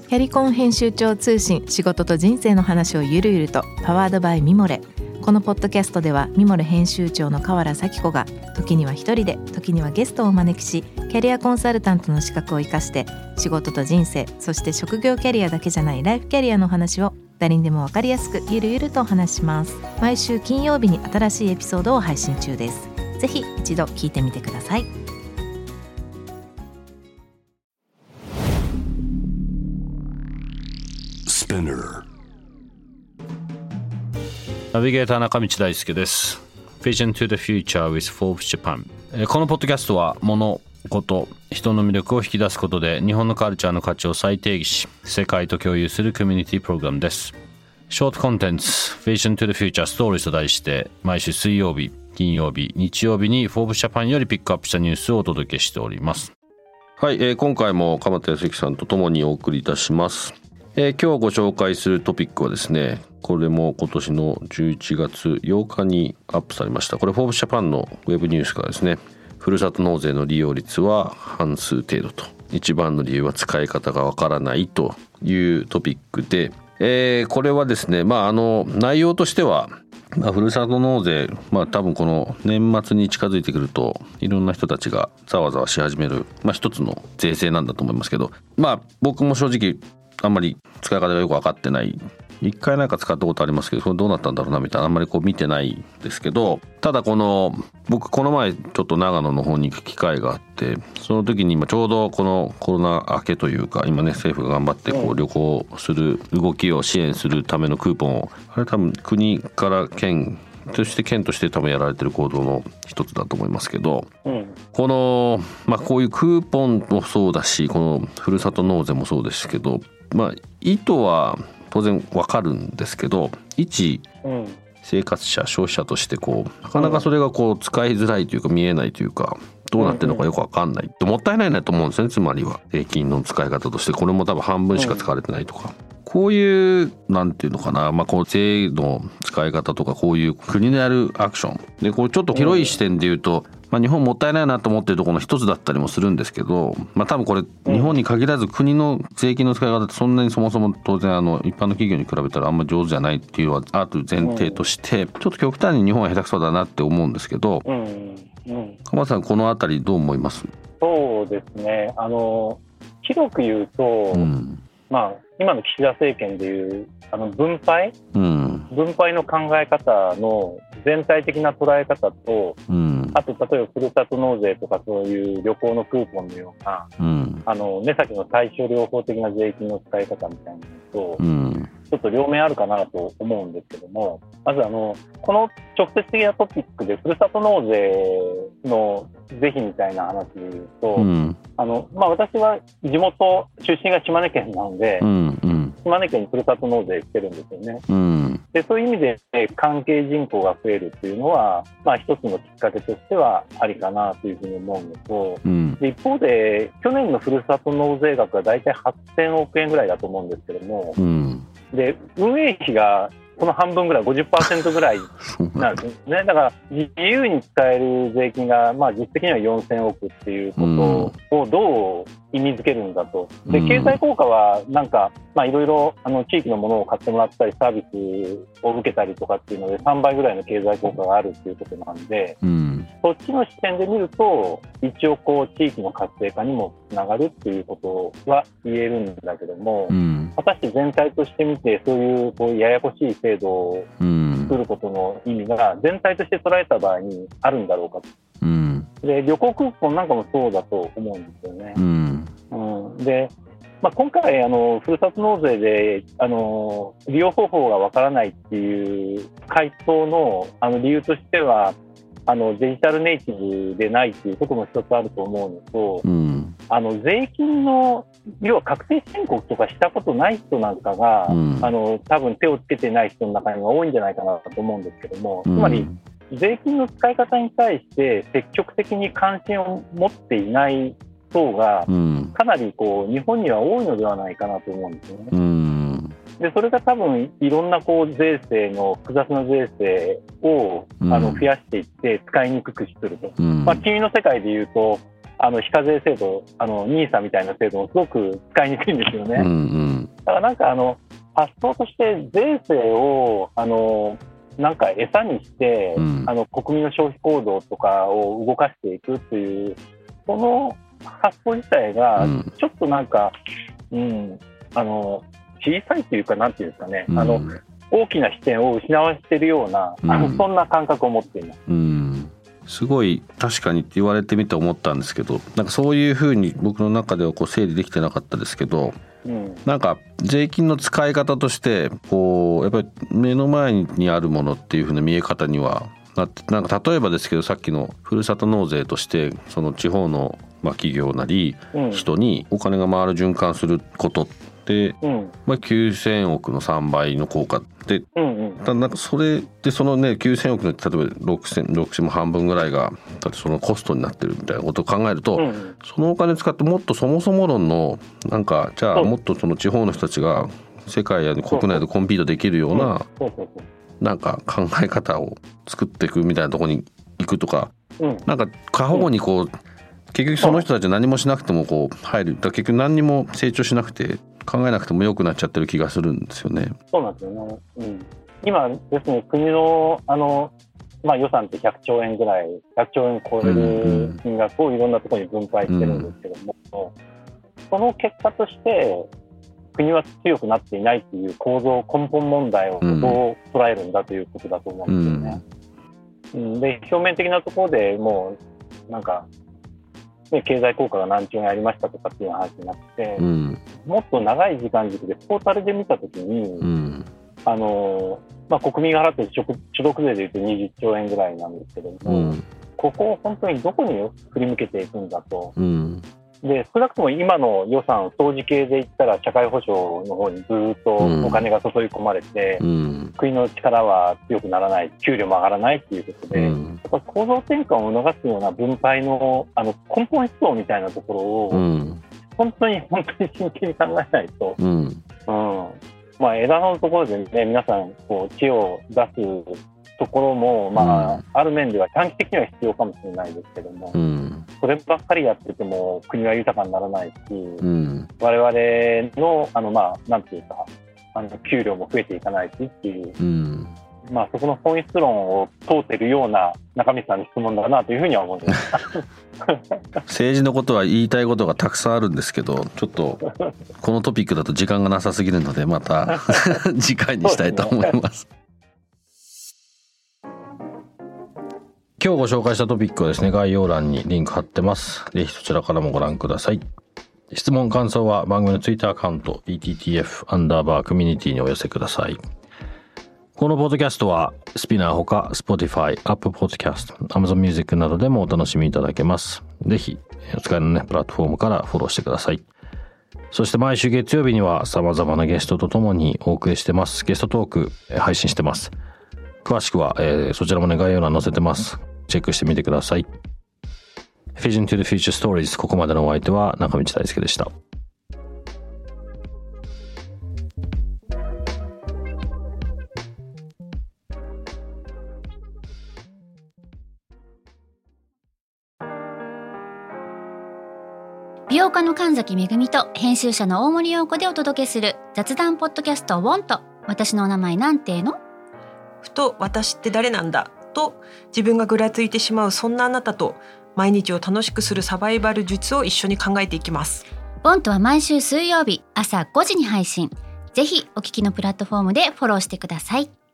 キャリコン編集長通信、仕事と人生の話をゆるゆると、パワードバイミモレ。このポッドキャストではミモレ編集長の河原咲子が時には一人で、時にはゲストをお招きし、キャリアコンサルタントの資格を生かして仕事と人生、そして職業キャリアだけじゃないライフキャリアの話を誰にでも分かりやすくゆるゆるとお話します。毎週金曜日に新しいエピソードを配信中です。ぜひ一度聞いてみてください。 ナビゲーター中道大輔です。 Vision to the Future with Forbes Japan。 このポッドキャストは物事人の魅力を引き出すことで日本のカルチャーの価値を再定義し、世界と共有するコミュニティプログラムです。ショートコンテンツ Vision to the Future Stories と題して、毎週水曜日、金曜日、日曜日に Forbes Japan よりピックアップしたニュースをお届けしております。はい、今回も鎌田康之さんとともにお送りいたします。今日ご紹介するトピックはですね、これも今年の11月8日にアップされました。これフォーブスジャパンのウェブニュースからですね、ふるさと納税の利用率は半数程度と、一番の理由は使い方がわからないというトピックで、これはですね、内容としては、ふるさと納税、多分この年末に近づいてくるといろんな人たちがざわざわし始める、一つの税制なんだと思いますけど、僕も正直あんまり使い方がよく分かってない。一回なんか使ったことありますけど、それどうなったんだろうなみたいな、あんまり見てないですけど、ただ僕この前ちょっと長野の方に行く機会があって、その時に今ちょうどこのコロナ明けというか、今ね政府が頑張って旅行する動きを支援するためのクーポンを、あれ多分国から県として多分やられてる行動の一つだと思いますけど、このこういうクーポンもそうだし、このふるさと納税もそうですけど、意図は当然わかるんですけど、一生活者消費者としてなかなかそれが使いづらいというか見えないというか、どうなってるのかよくわかんない、もったいないなと思うんですね。つまりは税金の使い方としてこれも多分半分しか使われてないとか、こういうなんていうのかな、こう税の使い方とか、こういう国でやるアクションでちょっと広い視点で言うと、日本もったいないなと思っているところの一つだったりもするんですけど、多分これ日本に限らず国の税金の使い方ってそんなにそもそも当然一般の企業に比べたらあんまり上手じゃないっていうのはある前提として、ちょっと極端に日本は下手くそだなって思うんですけど、鎌田さんこのあたりどう思います？ そうですね、広く言うと、今の岸田政権でいう分配の考え方の全体的な捉え方と、あと例えばふるさと納税とかそういう旅行のクーポンのような、目先の対処療法的な税金の使い方みたいなのと、ちょっと両面あるかなと思うんですけども、まずこの直接的なトピックでふるさと納税の是非みたいな話でいうと、私は地元出身が島根県なので、島根県にふるさと納税してるんですよね。でそういう意味で関係人口が増えるっていうのは、一つのきっかけとしてはありかなというふうに思うのと、で一方で去年のふるさと納税額はだいたい8000億円ぐらいだと思うんですけども、で運営費がこの半分ぐらい 50% ぐらいなんですね。だから自由に使える税金が、実質的には4000億っていうことをどう意味づけるんだと。で経済効果はいろいろ地域のものを買ってもらったりサービスを受けたりとかっていうので3倍ぐらいの経済効果があるっていうことなんで、そっちの視点で見ると一応地域の活性化にもつながるっていうことは言えるんだけども、果たして全体として見てそういうややこしい制度を作ることの意味が全体として捉えた場合にあるんだろうかと。で旅行クーポンなんかもそうだと思うんですよね。で今回ふるさと納税で利用方法がわからないっていう回答の理由としてはデジタルネイティブでないっていうことも一つあると思うのと、税金の要は確定申告とかしたことない人なんかが、多分手をつけてない人の中には多いんじゃないかなと思うんですけども、つまり税金の使い方に対して積極的に関心を持っていない層がかなり日本には多いのではないかなと思うんですよね。でそれが多分いろんな税制の複雑な税制を増やしていって使いにくくすると、君の世界でいうと非課税制度、NISA みたいな制度もすごく使いにくいんですよね。だからなんか発想として税制をなんか餌にして、国民の消費行動とかを動かしていくっていうその発想自体がちょっとなんか、小さいというかなんていうんですかね、大きな視点を失わせているような、そんな感覚を持っています。 すごい確かにって言われてみて思ったんですけど、なんかそういうふうに僕の中ではこう整理できてなかったですけど、なんか税金の使い方としてこうやっぱり目の前にあるものっていう風な見え方にはなって、なんか例えばですけどさっきのふるさと納税としてその地方の企業なり人にお金が回る循環することって9000億の3倍の効果で、なんかそれでそのね9000億の例えば6000も半分ぐらいがだってそのコストになってるみたいなことを考えると、そのお金使ってもっとそもそも論のなんかじゃあもっとその地方の人たちが世界や国内でコンピートできるようななんか考え方を作っていくみたいなところに行くとか、なんか過保護にこう結局その人たちは何もしなくてもこう入る、だから結局何にも成長しなくて考えなくても良くなっちゃってる気がするんですよね。 そうなんですよね。今ですね、国の予算って100兆円ぐらい100兆円超える金額をいろんなところに分配してるんですけども、その結果として国は強くなっていないっていう構造根本問題をどう捉えるんだということだと思うんですよね。で表面的なところでもうなんか経済効果が何兆円ありましたとかっていう話になって、もっと長い時間軸でトータルで見たときに、国民が払っている所得税でいうと20兆円ぐらいなんですけども、ここを本当にどこに振り向けていくんだと。で少なくとも今の予算総じ系で言ったら社会保障の方にずっとお金が注ぎ込まれて、国の力は強くならない、給料も上がらないということで、やっぱ構造転換を促すような分配の、根本思想みたいなところを、本当に真剣に考えないと、枝のところで、ね、皆さんこう知恵を出すところも、ある面では短期的には必要かもしれないですけども、そればっかりやってても国は豊かにならないし、我々のなんていうか給料も増えていかないしっていう、そこの本質論を問うているような中身さんの質問だなというふうには思います政治のことは言いたいことがたくさんあるんですけど、ちょっとこのトピックだと時間がなさすぎるのでまた次回にしたいと思います。今日ご紹介したトピックはですね、概要欄にリンク貼ってます。ぜひそちらからもご覧ください。質問感想は番組のツイッターアカウント PTTF_community にお寄せください。このポッドキャストはスピナーほか Spotify、Apple Podcast、Amazon Music などでもお楽しみいただけます。ぜひお使いのプラットフォームからフォローしてください。そして毎週月曜日には様々なゲストとともにお送りしてます。ゲストトーク配信してます。詳しくは、そちらもね概要欄載せてます。チェックしてみてください。Vision to the Future Stories、 ここまでのお相手は中道大輔でした。 美容家の神崎めぐみと編集者の大森洋子でお届けする雑談ポッドキャストWANT。私のお名前なんての？ ふと私って誰なんだと自分がぐらついてしまう、そんなあなたと毎日を楽しくするサバイバル術を一緒に考えていきます。 WANTは毎週水曜日朝5時に配信。ぜひお聞きのプラットフォームでフォローしてください。